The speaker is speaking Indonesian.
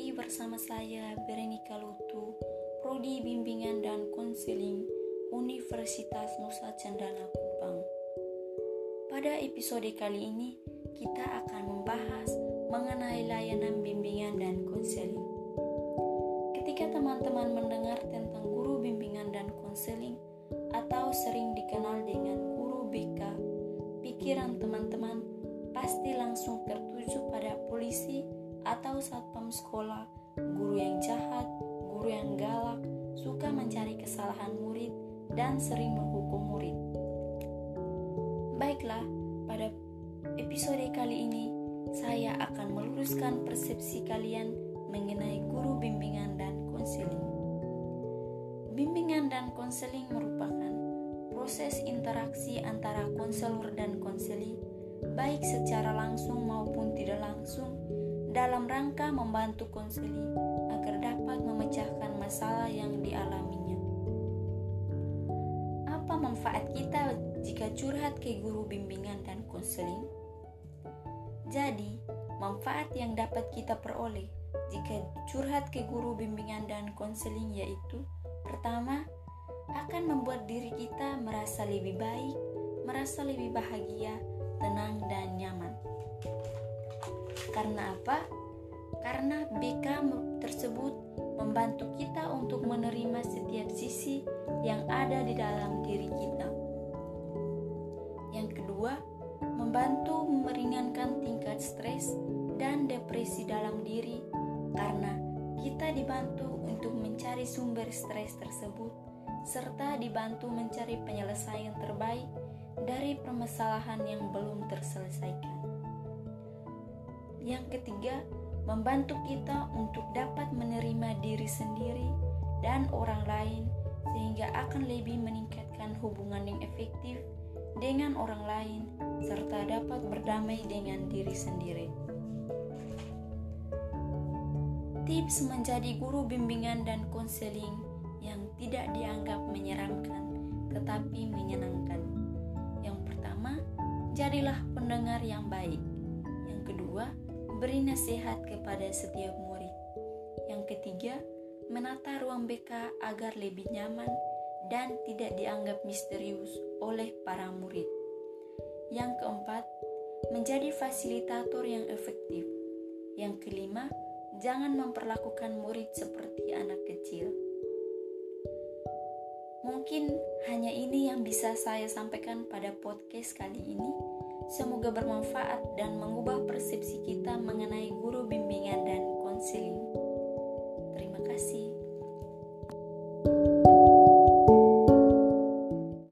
lagi bersama saya Berenika Lutu, Prodi Bimbingan dan Konseling Universitas Nusa Cendana Kupang. Pada episode kali ini kita akan membahas mengenai layanan bimbingan dan konseling. Ketika teman-teman mendengar tentang guru bimbingan dan konseling atau sering dikenal dengan guru BK, pikiran teman-teman pasti langsung tertuju pada polisi atau satpam sekolah, guru yang jahat, guru yang galak, suka mencari kesalahan murid, dan sering menghukum murid. Baiklah, pada episode kali ini saya akan meluruskan persepsi kalian mengenai guru bimbingan dan konseling. Bimbingan dan konseling merupakan proses interaksi antara konselor dan konseli, baik secara langsung maupun tidak langsung, dalam rangka membantu konseli agar dapat memecahkan masalah yang dialaminya. Apa manfaat kita jika curhat ke guru bimbingan dan konseling? Jadi, manfaat yang dapat kita peroleh jika curhat ke guru bimbingan dan konseling yaitu: pertama, akan membuat diri kita merasa lebih baik, merasa lebih bahagia, tenang, dan nyaman. Karena apa? Karena BK tersebut membantu kita untuk menerima setiap sisi yang ada di dalam diri kita. Yang kedua, membantu meringankan tingkat stres dan depresi dalam diri karena kita dibantu untuk mencari sumber stres tersebut serta dibantu mencari penyelesaian terbaik dari permasalahan yang belum terselesaikan. Yang ketiga, membantu kita untuk dapat menerima diri sendiri dan orang lain sehingga akan lebih meningkatkan hubungan yang efektif dengan orang lain serta dapat berdamai dengan diri sendiri. Tips menjadi guru bimbingan dan konseling yang tidak dianggap menyeramkan tetapi menyenangkan. Yang pertama, jadilah pendengar yang baik. Yang kedua, beri nasihat kepada setiap murid. Yang ketiga, menata ruang BK agar lebih nyaman dan tidak dianggap misterius oleh para murid. Yang keempat, menjadi fasilitator yang efektif. Yang kelima, jangan memperlakukan murid seperti anak kecil. Mungkin hanya ini yang bisa saya sampaikan pada podcast kali ini. Semoga bermanfaat dan mengubah persepsi kita mengenai guru bimbingan